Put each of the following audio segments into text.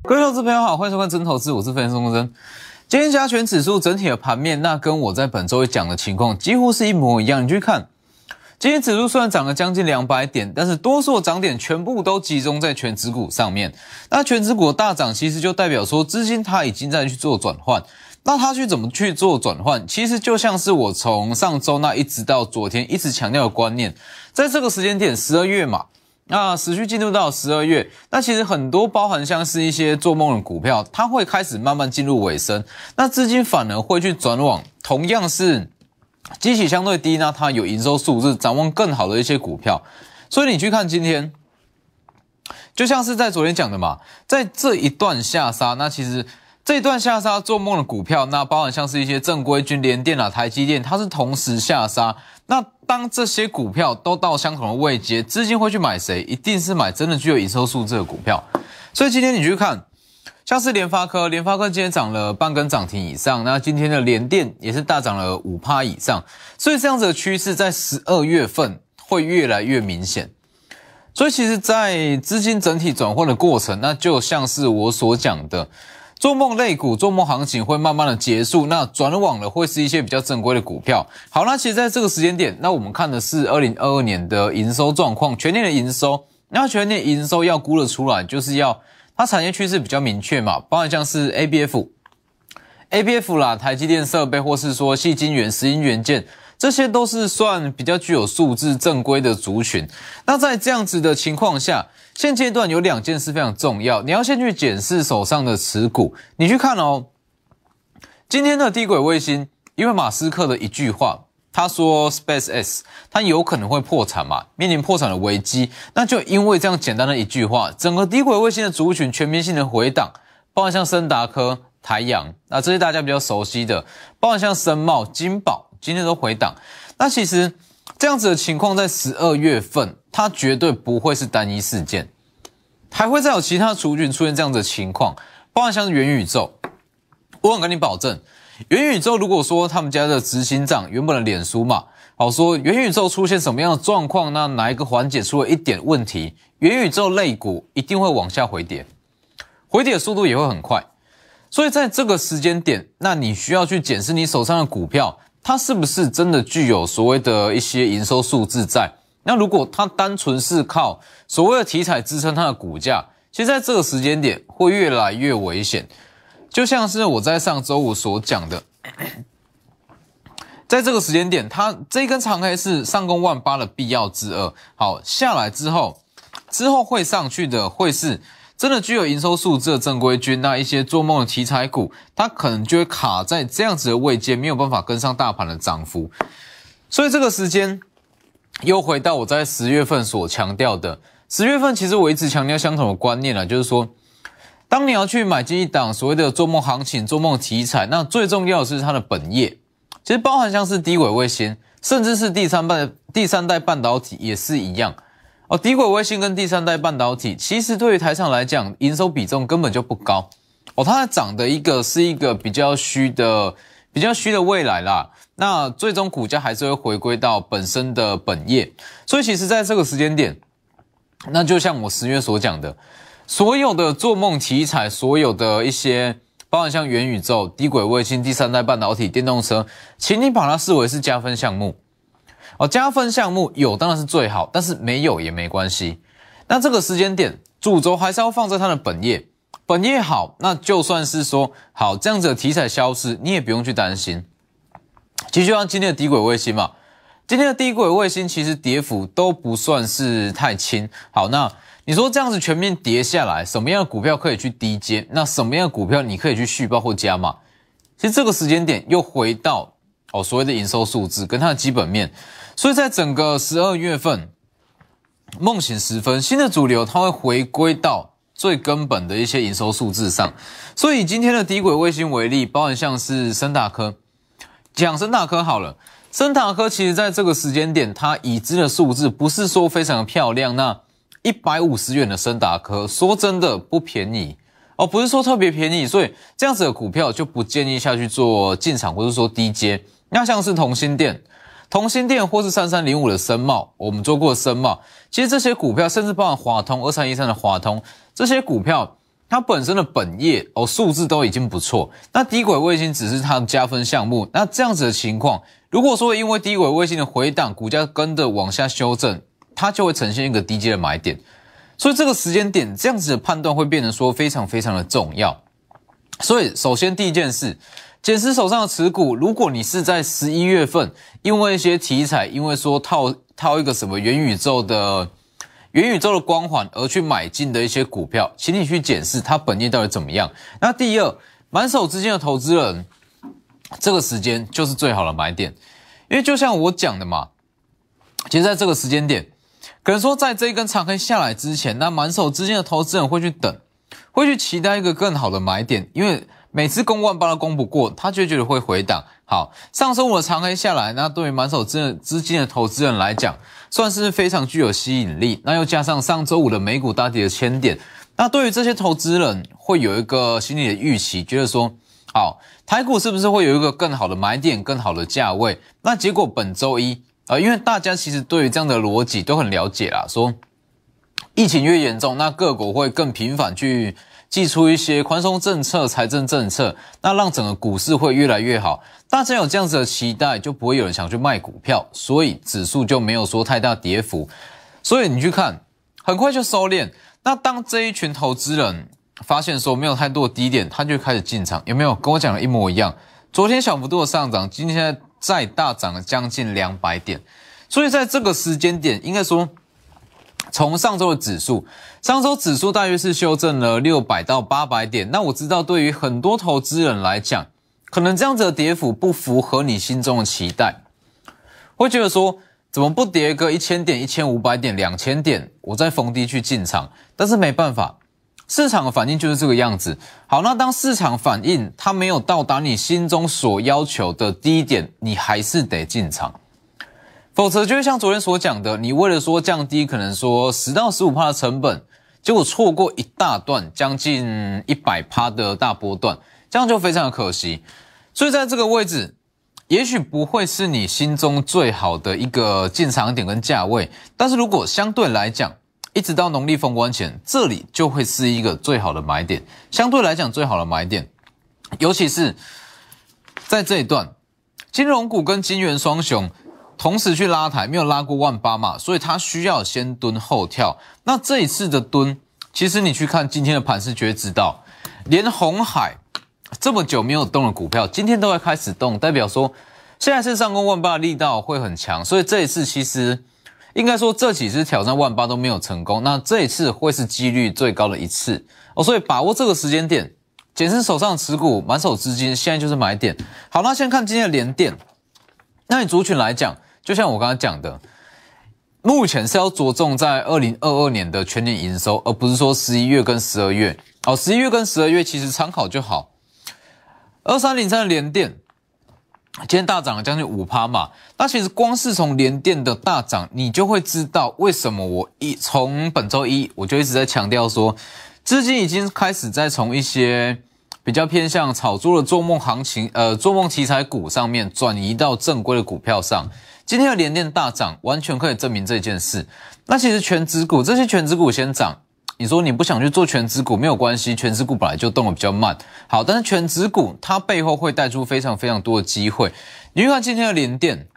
各位投资朋友好，欢迎收看真投资，我是分析师钟真。今天加权指数整体的盘面，那跟我在本周一讲的情况几乎是一模一样。你去看，今天指数虽然涨了将近200点，但是多数的涨点全部都集中在全指股上面。那全指股大涨，其实就代表说资金它已经在去做转换。那它怎么去做转换？其实就像是我从上周那一直到昨天一直强调的观念，在这个时间点，12月嘛。那持续进入到12月，那其实很多包含像是一些做梦的股票，它会开始慢慢进入尾声，那资金反而会去转往同样是基期相对低，那它有营收数字展望更好的一些股票。所以你去看今天，就像是在昨天讲的嘛，在这一段下杀，那其实这一段下杀做梦的股票，那包含像是一些正规军、联电啊、台积电，它是同时下杀。那当这些股票都到相同的位阶，资金会去买谁？一定是买真的具有营收数字的股票。所以今天你去看，像是联发科今天涨了半根涨停以上，那今天的联电也是大涨了5%以上。所以这样子的趋势在12月份会越来越明显。所以其实在资金整体转换的过程，那就像是我所讲的，做梦类股、做梦行情会慢慢的结束，那转往了会是一些比较正规的股票。好，那其实在这个时间点，那我们看的是2022年的营收状况，全年的营收。那全年营收要估得出来，就是要它产业趋势比较明确嘛，包含像是 ABF 啦、台积电设备，或是说矽晶圆、石英元件，这些都是算比较具有数字正规的族群。那在这样子的情况下，现阶段有2件事非常重要，你要先去检视手上的持股。你去看哦，今天的低轨卫星，因为马斯克的一句话，他说 SpaceX 它有可能会破产嘛，面临破产的危机，那就因为这样简单的一句话，整个低轨卫星的族群全面性的回档，包含像森达科、台阳，那这些大家比较熟悉的，包含像森茂、金宝，今天都回档。那其实这样子的情况在12月份，它绝对不会是单一事件，还会再有其他族群出现这样子的情况，包含像是元宇宙。我敢跟你保证，元宇宙如果说他们家的执行长原本的脸书嘛，好说元宇宙出现什么样的状况，那哪一个环节出了一点问题，元宇宙类股一定会往下回跌，回跌的速度也会很快。所以在这个时间点，那你需要去检视你手上的股票，它是不是真的具有所谓的一些营收数字在。那如果它单纯是靠所谓的题材支撑它的股价，其实在这个时间点会越来越危险。就像是我在上周五所讲的，在这个时间点，它这一根长黑是上攻18000的必要之恶。好，下来之后会上去的会是真的具有营收数字的正规军，那一些做梦的题材股，它可能就会卡在这样子的位阶，没有办法跟上大盘的涨幅。所以这个时间又回到我在10月份所强调的，10月份其实我一直强调相同的观念啦，就是说，当你要去买进一档所谓的做梦行情、做梦题材，那最重要的是它的本业，其实包含像是低轨卫星，甚至是第三代半导体也是一样。低轨卫星跟第3代半导体，其实对于台厂来讲，营收比重根本就不高。它涨的是一个比较虚的未来啦。那最终股价还是会回归到本身的本业。所以其实在这个时间点，那就像我10月所讲的，所有的做梦题材，所有的一些包含像元宇宙、低轨卫星、第3代半导体、电动车，请你把它视为是加分项目。加分项目有当然是最好，但是没有也没关系。那这个时间点，主轴还是要放在它的本业，本业好，那就算是说好这样子的题材消失，你也不用去担心。其实就像今天的低轨卫星嘛，今天的低轨卫星其实跌幅都不算是太轻。好，那你说这样子全面跌下来，什么样的股票可以去低接？那什么样的股票你可以去续报或加码？其实这个时间点又回到所谓的营收数字跟它的基本面。所以在整个12月份梦醒时分，新的主流它会回归到最根本的一些营收数字上。所以以今天的低轨卫星为例，包含像是森达科，讲森达科好了，森达科其实在这个时间点，它已知的数字不是说非常的漂亮，那150元的森达科，说真的不便宜不是说特别便宜，所以这样子的股票就不建议下去做进场，或者说低接。那像是同心电或是3305的森茂，我们做过的森茂，其实这些股票甚至包含华通2313的华通，这些股票它本身的本业数字都已经不错，那低轨卫星只是它的加分项目。那这样子的情况，如果说因为低轨卫星的回档，股价跟着往下修正，它就会呈现一个低阶的买点。所以这个时间点，这样子的判断会变成说非常非常的重要。所以首先第一件事，检视手上的持股，如果你是在11月份，因为一些题材，因为说套一个什么元宇宙的光环而去买进的一些股票，请你去检视它本业到底怎么样。那第二，满手资金的投资人，这个时间就是最好的买点，因为就像我讲的嘛，其实在这个时间点，可能说在这一根长黑下来之前，那满手资金的投资人会去等，会去期待一个更好的买点，因为每次攻万八都攻不过，他就觉得会回档。好，上周五的长黑下来，那对于满手资金的投资人来讲，算是非常具有吸引力。那又加上上周五的美股大跌了1000点，那对于这些投资人会有一个心理的预期，觉得说，好，台股是不是会有一个更好的买点、更好的价位？那结果本周一，因为大家其实对于这样的逻辑都很了解啦，说疫情越严重，那各国会更频繁去祭出一些宽松政策、财政政策，那让整个股市会越来越好。大家有这样子的期待，就不会有人想去卖股票，所以指数就没有说太大跌幅。所以你去看，很快就收敛。那当这一群投资人发现说没有太多的低点，他就开始进场，有没有跟我讲的一模一样？昨天小幅度的上涨，今天再大涨了将近200点。所以在这个时间点，应该说，从上周的指数，上周指数大约是修正了600到800点。那我知道对于很多投资人来讲，可能这样子的跌幅不符合你心中的期待，会觉得说怎么不跌个1000点、1500点、2000点，我再逢低去进场。但是没办法，市场的反应就是这个样子。好，那当市场反应它没有到达你心中所要求的低点，你还是得进场。否则就会像昨天所讲的，你为了说降低可能说10到15% 的成本，结果错过一大段将近100% 的大波段，这样就非常的可惜。所以在这个位置，也许不会是你心中最好的一个进场点跟价位，但是如果相对来讲，一直到农历封关前，这里就会是一个最好的买点，相对来讲最好的买点。尤其是在这一段，金融股跟金元双雄同时去拉抬，没有拉过18000嘛，所以它需要先蹲后跳。那这一次的蹲，其实你去看今天的盘势就会知道，连鸿海这么久没有动的股票，今天都会开始动，代表说现在是上攻18000的力道会很强，所以这一次其实应该说这几次挑战18000都没有成功，那这一次会是几率最高的一次所以把握这个时间点，检视手上的持股，满手资金，现在就是买点。好，那先看今天的联电，那以族群来讲，就像我刚才讲的，目前是要着重在2022年的全年营收，而不是说11月跟12月。11月跟12月其实参考就好。2303的联电，今天大涨了将近5%嘛。那其实光是从联电的大涨，你就会知道为什么我从本周一我就一直在强调说，资金已经开始在从一些比较偏向炒作的做梦行情，做梦题材股上面转移到正规的股票上。今天的联电大涨，完全可以证明这件事。那其实全指股，这些全指股先涨，你说你不想去做全指股没有关系，全指股本来就动得比较慢。好，但是全指股它背后会带出非常非常多的机会。你去看今天的联电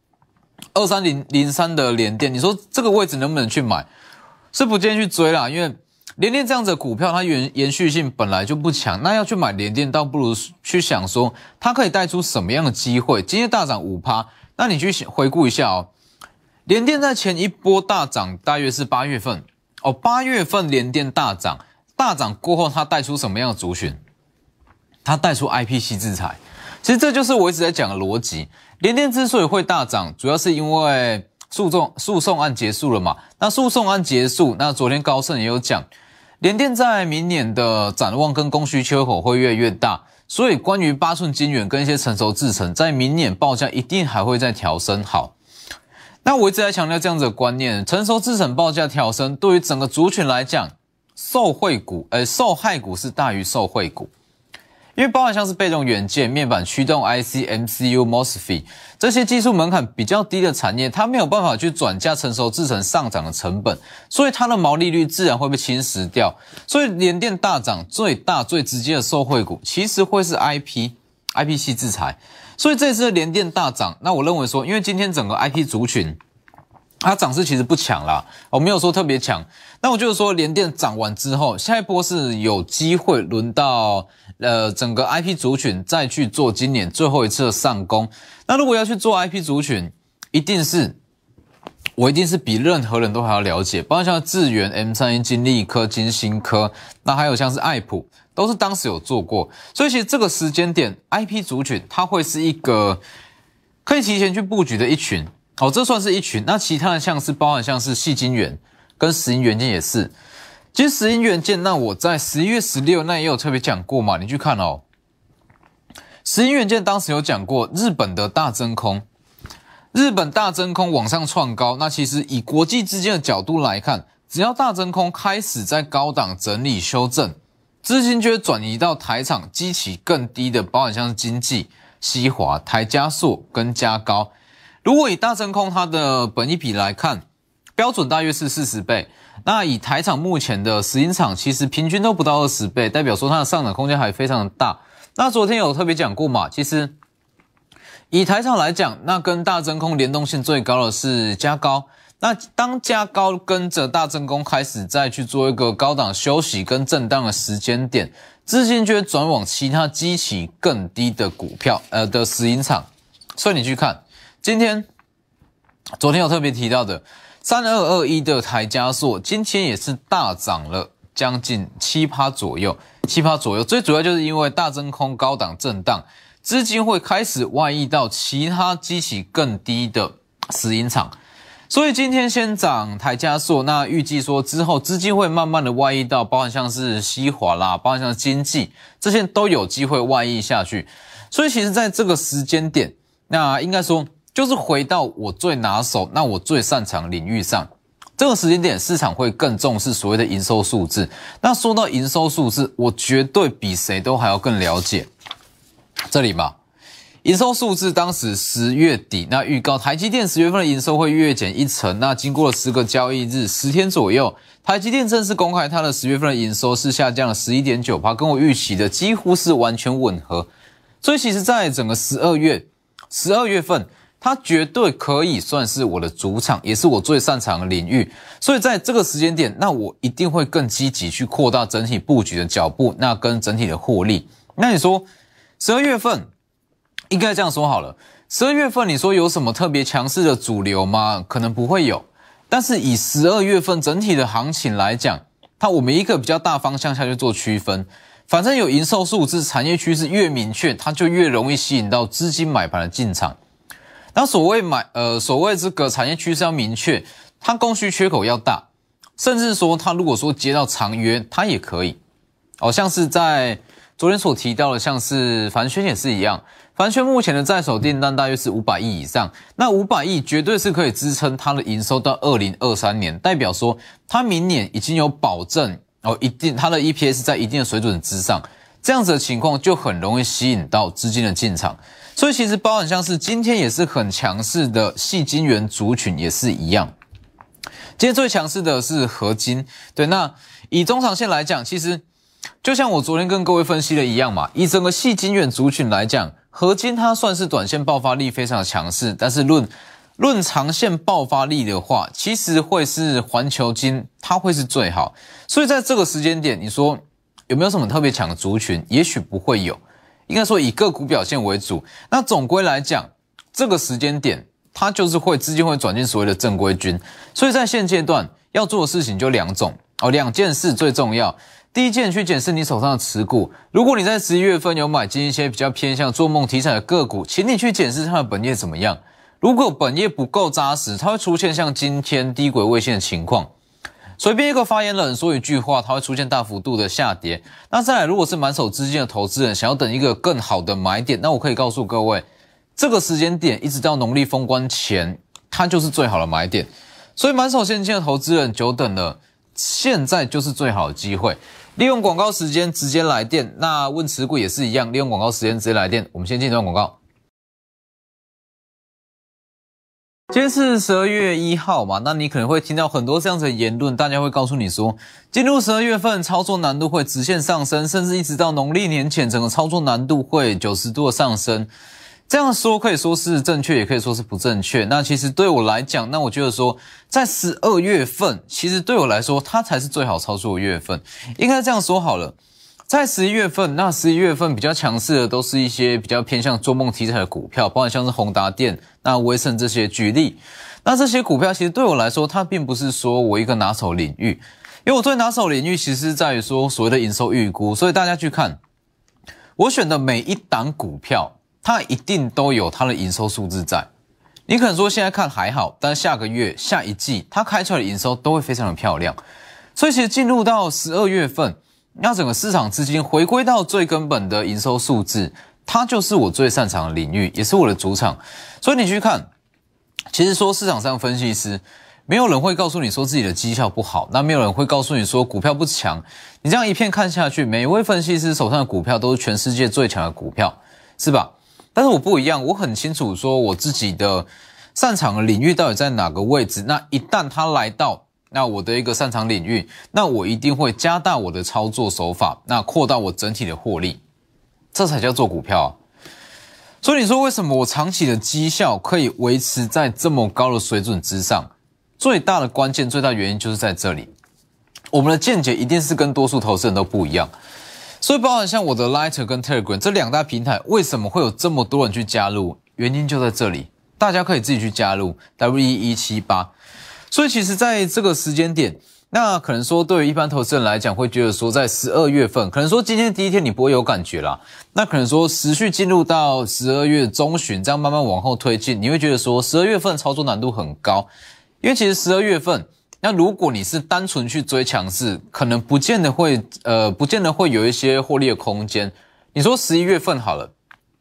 ，2303的联电，你说这个位置能不能去买？是不建议去追啦，因为联电这样子的股票，它延续性本来就不强，那要去买联电，倒不如去想说它可以带出什么样的机会。今天大涨5%，那你去回顾一下联电在前一波大涨大约是8月份8月份联电大涨过后，它带出什么样的族群？它带出 IPC 制裁。其实这就是我一直在讲的逻辑。联电之所以会大涨，主要是因为诉讼案结束了嘛。那诉讼案结束，那昨天高盛也有讲，联电在明年的展望跟供需缺口会越来越大，所以关于8寸晶圆跟一些成熟制程，在明年报价一定还会再调升。好，那我一直在强调这样子的观念，成熟制程报价调升，对于整个族群来讲，受害股是大于受惠股， 因为包含像是被动元件、面板驱动 IC、MCU、MOSFET 这些技术门槛比较低的产业，它没有办法去转嫁成熟制程上涨的成本，所以它的毛利率自然会被侵蚀掉。所以联电大涨最大最直接的受惠股，其实会是 IP 系制裁。所以这次的联电大涨，那我认为说，因为今天整个 IP 族群它涨势其实不强啦，我没有说特别强。那我就是说，联电涨完之后，下一波是有机会轮到整个 IP 族群再去做今年最后一次的上攻。那如果要去做 IP 族群，我一定是比任何人都还要了解，包括像智原、M31、金利科、金星科，那还有像是爱普，都是当时有做过。所以其实这个时间点 IP 族群它会是一个可以提前去布局的一群。好，这算是一群。那其他的像是包含像是矽晶圆跟石英元件也是。其实石英元件，那我在11月16那也有特别讲过嘛，你去看哦。石英元件当时有讲过日本的大真空，日本大真空往上创高，那其实以国际之间的角度来看，只要大真空开始在高档整理修正，资金就会转移到台厂基期更低的，包含像是经济、西华、台加塑跟加高。如果以大真空它的本益比来看，标准大约是40倍，那以台厂目前的石英厂其实平均都不到20倍，代表说它的上涨空间还非常的大。那昨天有特别讲过嘛，其实以台厂来讲，那跟大真空联动性最高的是加高。那当加高跟着大真空开始再去做一个高档休息跟震荡的时间点，资金就会转往其他基期更低的股票的石英厂。所以你去看昨天有特别提到的3221的台加塑，今天也是大涨了将近7%左右。最主要就是因为大真空高档震荡，资金会开始外溢到其他基期更低的石英厂。所以今天先涨台加塑，那预计说之后资金会慢慢的外溢到包含像是西华啦，包含像是经济，这些都有机会外溢下去。所以其实在这个时间点，那应该说就是回到我最拿手，那我最擅长领域上，这个时间点市场会更重视所谓的营收数字。那说到营收数字，我绝对比谁都还要更了解。这里吧，营收数字当时10月底，那预告台积电10月份的营收会月减1成，那经过了10个交易日10天左右，台积电正式公开它的10月份的营收是下降了 11.9%， 跟我预期的几乎是完全吻合。所以其实在整个12月份，它绝对可以算是我的主场，也是我最擅长的领域。所以在这个时间点，那我一定会更积极去扩大整体布局的脚步，那跟整体的获利。那你说12月份应该这样说好了，12月份你说有什么特别强势的主流吗？可能不会有。但是以12月份整体的行情来讲，我们一个比较大方向下去做区分。反正有营收数字，产业趋势越明确，它就越容易吸引到资金买盘的进场。那所谓这个产业趋势要明确，它供需缺口要大，甚至说它如果说接到长约，它也可以。像是在昨天所提到的，像是凡轩也是一样，凡轩目前的在手订单大约是500亿以上，那500亿绝对是可以支撑它的营收到2023年，代表说它明年已经有保证它的 EPS 在一定的水准之上，这样子的情况就很容易吸引到资金的进场。所以其实包含像是今天也是很强势的矽晶圆族群也是一样，今天最强势的是合金。对，那以中长线来讲，其实就像我昨天跟各位分析的一样嘛，以整个矽晶圆族群来讲，合金它算是短线爆发力非常的强势，但是论长线爆发力的话，其实会是环球晶，它会是最好。所以在这个时间点，你说有没有什么特别强的族群？也许不会有，应该说以个股表现为主。那总归来讲，这个时间点它就是资金会转进所谓的正规军。所以在现阶段要做的事情就两种两件事最重要。第一件，去检视你手上的持股。如果你在11月份有买进一些比较偏向做梦题材的个股，请你去检视它的本业怎么样。如果本业不够扎实，它会出现像今天低轨位线的情况。随便一个发言人说一句话，它会出现大幅度的下跌。那再来，如果是满手资金的投资人想要等一个更好的买点，那我可以告诉各位，这个时间点一直到农历封关前，它就是最好的买点。所以满手现金的投资人久等了，现在就是最好的机会。 利用广告时间直接来电，那问持股也是一样，利用广告时间直接来电。我们先进一段广告。今天是12月1号嘛，那你可能会听到很多这样子的言论，大家会告诉你说，进入12月份操作难度会直线上升，甚至一直到农历年前，整个操作难度会90度的上升。这样说可以说是正确，也可以说是不正确。那其实对我来讲，那我觉得说，在12月份，其实对我来说，它才是最好操作的月份。应该这样说好了，在11月份，那11月份比较强势的都是一些比较偏向做梦题材的股票，包括像是宏达电、那威盛这些举例。那这些股票其实对我来说，它并不是说我一个拿手领域，因为我最拿手领域其实是在于说所谓的营收预估，所以大家去看我选的每一档股票。它一定都有它的营收数字在，你可能说现在看还好，但下个月、下一季它开出来的营收都会非常的漂亮。所以其实进入到12月份，那整个市场资金回归到最根本的营收数字，它就是我最擅长的领域，也是我的主场。所以你去看，其实说市场上分析师，没有人会告诉你说自己的绩效不好，那没有人会告诉你说股票不强。你这样一片看下去，每一位分析师手上的股票都是全世界最强的股票，是吧？但是我不一样，我很清楚说我自己的擅长的领域到底在哪个位置。那一旦它来到那我的一个擅长领域，那我一定会加大我的操作手法，那扩大我整体的获利，这才叫做股票啊。所以你说为什么我长期的绩效可以维持在这么高的水准之上？最大的关键、最大的原因就是在这里，我们的见解一定是跟多数投资人都不一样。所以包含像我的 Lighter 跟 Telegram 这两大平台，为什么会有这么多人去加入？原因就在这里，大家可以自己去加入 W1178。所以其实在这个时间点，那可能说对于一般投资人来讲，会觉得说在12月份，可能说今天第一天你不会有感觉啦，那可能说持续进入到12月中旬，这样慢慢往后推进，你会觉得说12月份操作难度很高，因为其实12月份。那如果你是单纯去追强势，可能不见得会有一些获利的空间。你说11月份好了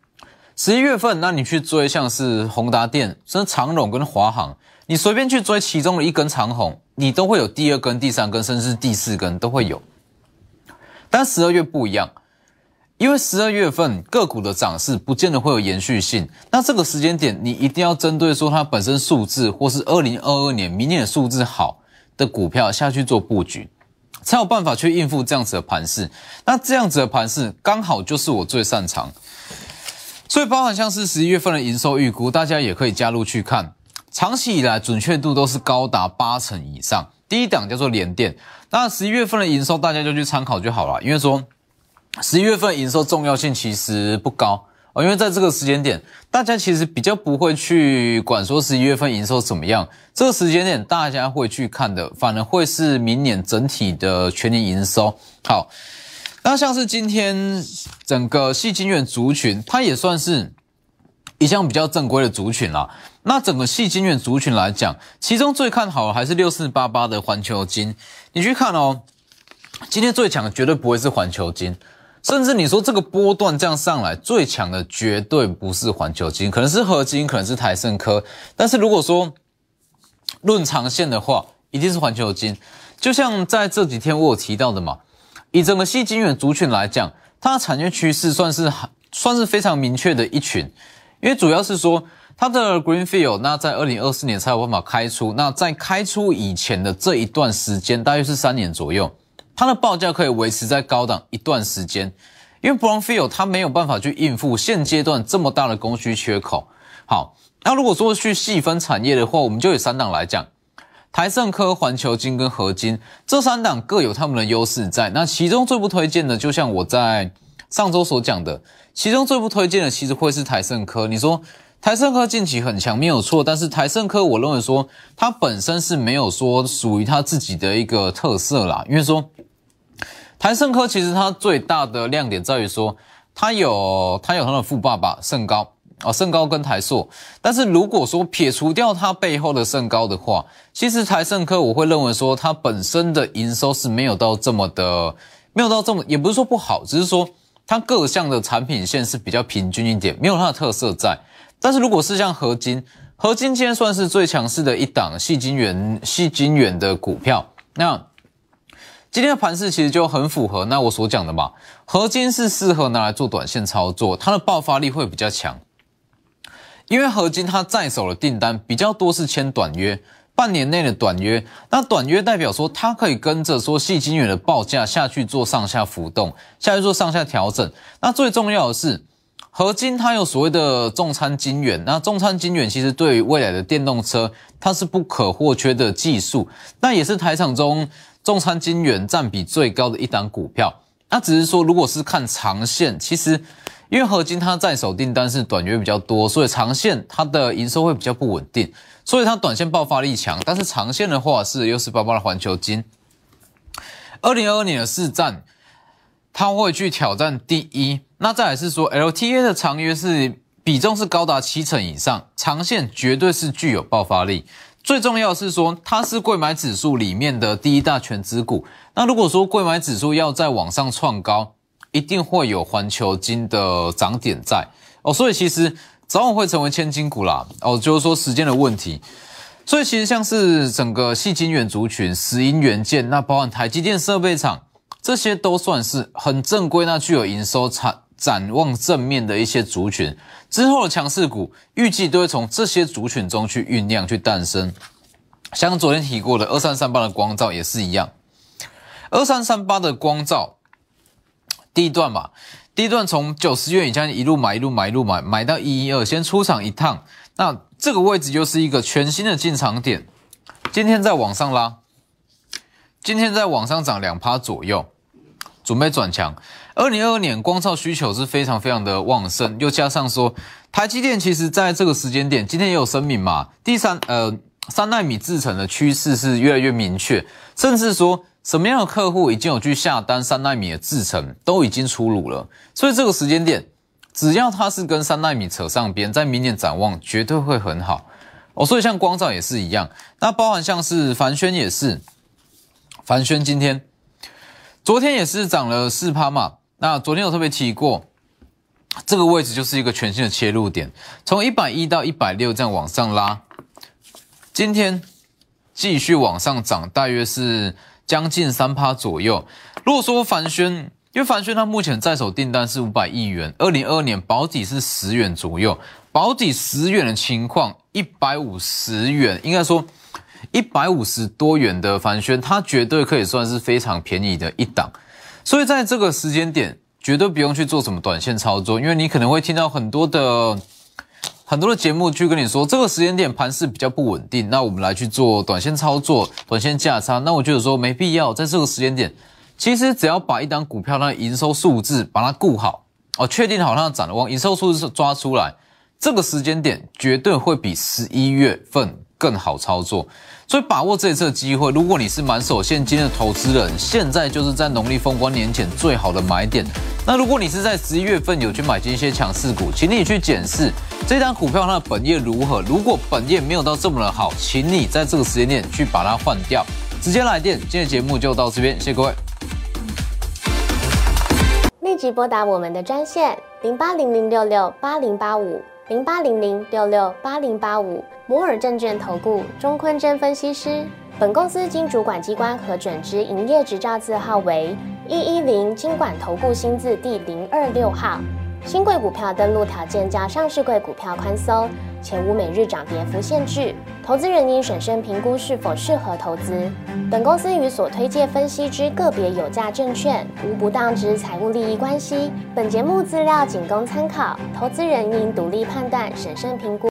，11月份那你去追像是宏达电、甚至长荣跟华航，你随便去追其中的一根长红，你都会有第二根、第三根，甚至是第四根都会有。但12月不一样，因为12月份个股的涨势不见得会有延续性，那这个时间点你一定要针对说它本身数字或是2022年明年的数字好的股票下去做布局，才有办法去应付这样子的盘势。那这样子的盘势刚好就是我最擅长，所以包含像是11月份的营收预估，大家也可以加入去看。长期以来准确度都是高达80%以上。第一档叫做联电，那11月份的营收大家就去参考就好了，因为说11月份营收重要性其实不高。因为在这个时间点，大家其实比较不会去管说11月份营收怎么样，这个时间点大家会去看的，反而会是明年整体的全年营收。好，那像是今天整个矽晶圆族群，它也算是一项比较正规的族群啦。那整个矽晶圆族群来讲，其中最看好的还是6488的环球晶。你去看哦，今天最强的绝对不会是环球晶。甚至你说这个波段这样上来，最强的绝对不是环球晶，可能是合晶，可能是台盛科。但是如果说论长线的话，一定是环球晶。就像在这几天我有提到的嘛，以整个矽晶圆族群来讲，它的产业趋势算是非常明确的一群，因为主要是说它的 Greenfield， 那在2024年才有办法开出，那在开出以前的这一段时间，大约是3年左右。它的报价可以维持在高档一段时间，因为 Brownfield 它没有办法去应付现阶段这么大的供需缺口。好，那如果说去细分产业的话，我们就以3档来讲，台盛科、环球晶跟合晶这3档各有他们的优势在。那其中最不推荐的，就像我在上周所讲的，其中最不推荐的其实会是台盛科。你说台盛科近期很强没有错，但是台盛科我认为说它本身是没有说属于它自己的一个特色啦，因为说台盛科其实它最大的亮点在于说它有它的富爸爸盛高盛高跟台塑，但是如果说撇除掉它背后的盛高的话，其实台盛科我会认为说它本身的营收是没有到这么，也不是说不好，只是说它各项的产品线是比较平均一点，没有它的特色在。但是如果是像合晶今天算是最强势的一档矽晶圆的股票，那今天的盘势其实就很符合那我所讲的嘛，合金是适合拿来做短线操作，它的爆发力会比较强。因为合金它在手的订单比较多是签短约，半年内的短约，那短约代表说它可以跟着说矽晶圆的报价下去做上下浮动，下去做上下调整。那最重要的是，合金它有所谓的重餐晶圆，那重餐晶圆其实对于未来的电动车，它是不可或缺的技术，那也是台厂中重餐晶圆占比最高的一档股票。那只是说，如果是看长线，其实因为合金它在手订单是短约比较多，所以长线它的营收会比较不稳定，所以它短线爆发力强，但是长线的话是6888的环球金，2022年的市占，它会去挑战第一。那再来是说 LTA 的长约是比重是高达70%以上，长线绝对是具有爆发力。最重要的是说，它是柜买指数里面的第一大权值股。那如果说柜买指数要再往上创高，一定会有环球金的涨点在所以其实早晚会成为千金股啦就是说时间的问题。所以其实像是整个矽晶圆族群、石英元件，那包含台积电设备厂，这些都算是很正规，那具有营收展望正面的一些族群。之后的强势股预计都会从这些族群中去酝酿、去诞生。像昨天提过的2338的光罩也是一样，2338的光罩第一段嘛，第一段从90元以下一路买到112，先出场一趟，那这个位置就是一个全新的进场点。今天再往上拉，今天在往上涨 2% 左右，准备转强。2022年光罩需求是非常非常的旺盛，又加上说台积电其实在这个时间点，今天也有声明嘛，3奈米制程的趋势是越来越明确，甚至说什么样的客户已经有去下单3奈米的制程都已经出炉了，所以这个时间点只要它是跟3奈米扯上边，在明年展望绝对会很好所以像光罩也是一样，那包含像是凡轩也是，凡轩昨天也是涨了 4% 嘛，那昨天有特别提过，这个位置就是一个全新的切入点，从110到160这样往上拉，今天继续往上涨，大约是将近 3% 左右。如果说凡轩，因为凡轩它目前在手订单是500亿元，2022年保底是10元左右，保底10元的情况，150元，应该说150多元的凡轩，它绝对可以算是非常便宜的一档。所以在这个时间点，绝对不用去做什么短线操作，因为你可能会听到很多的节目去跟你说，这个时间点盘势比较不稳定，那我们来去做短线操作、短线价差。那我觉得说没必要，在这个时间点，其实只要把一档股票它的营收数字把它顾好确定好它的展望，营收数字抓出来，这个时间点绝对会比11月份更好操作。所以把握这一次的机会，如果你是满手现金的投资人，现在就是在农历封关年前最好的买点。那如果你是在11月份有去买进一些强势股，请你去检视这档股票它的本业如何。如果本业没有到这么的好，请你在这个时间点去把它换掉。直接来电，今天的节目就到这边，谢谢各位。 立即拨打我们的专线08006680850800668085摩尔证券投顾钟坤真分析师。本公司经主管机关核准之营业执照字号为110金管投顾新字第026号。新贵股票登录条件较上市贵股票宽松，且无每日涨跌幅限制。投资人应审慎评估是否适合投资。本公司与所推介分析之个别有价证券无不当之财务利益关系。本节目资料仅供参考，投资人应独立判断、审慎评估。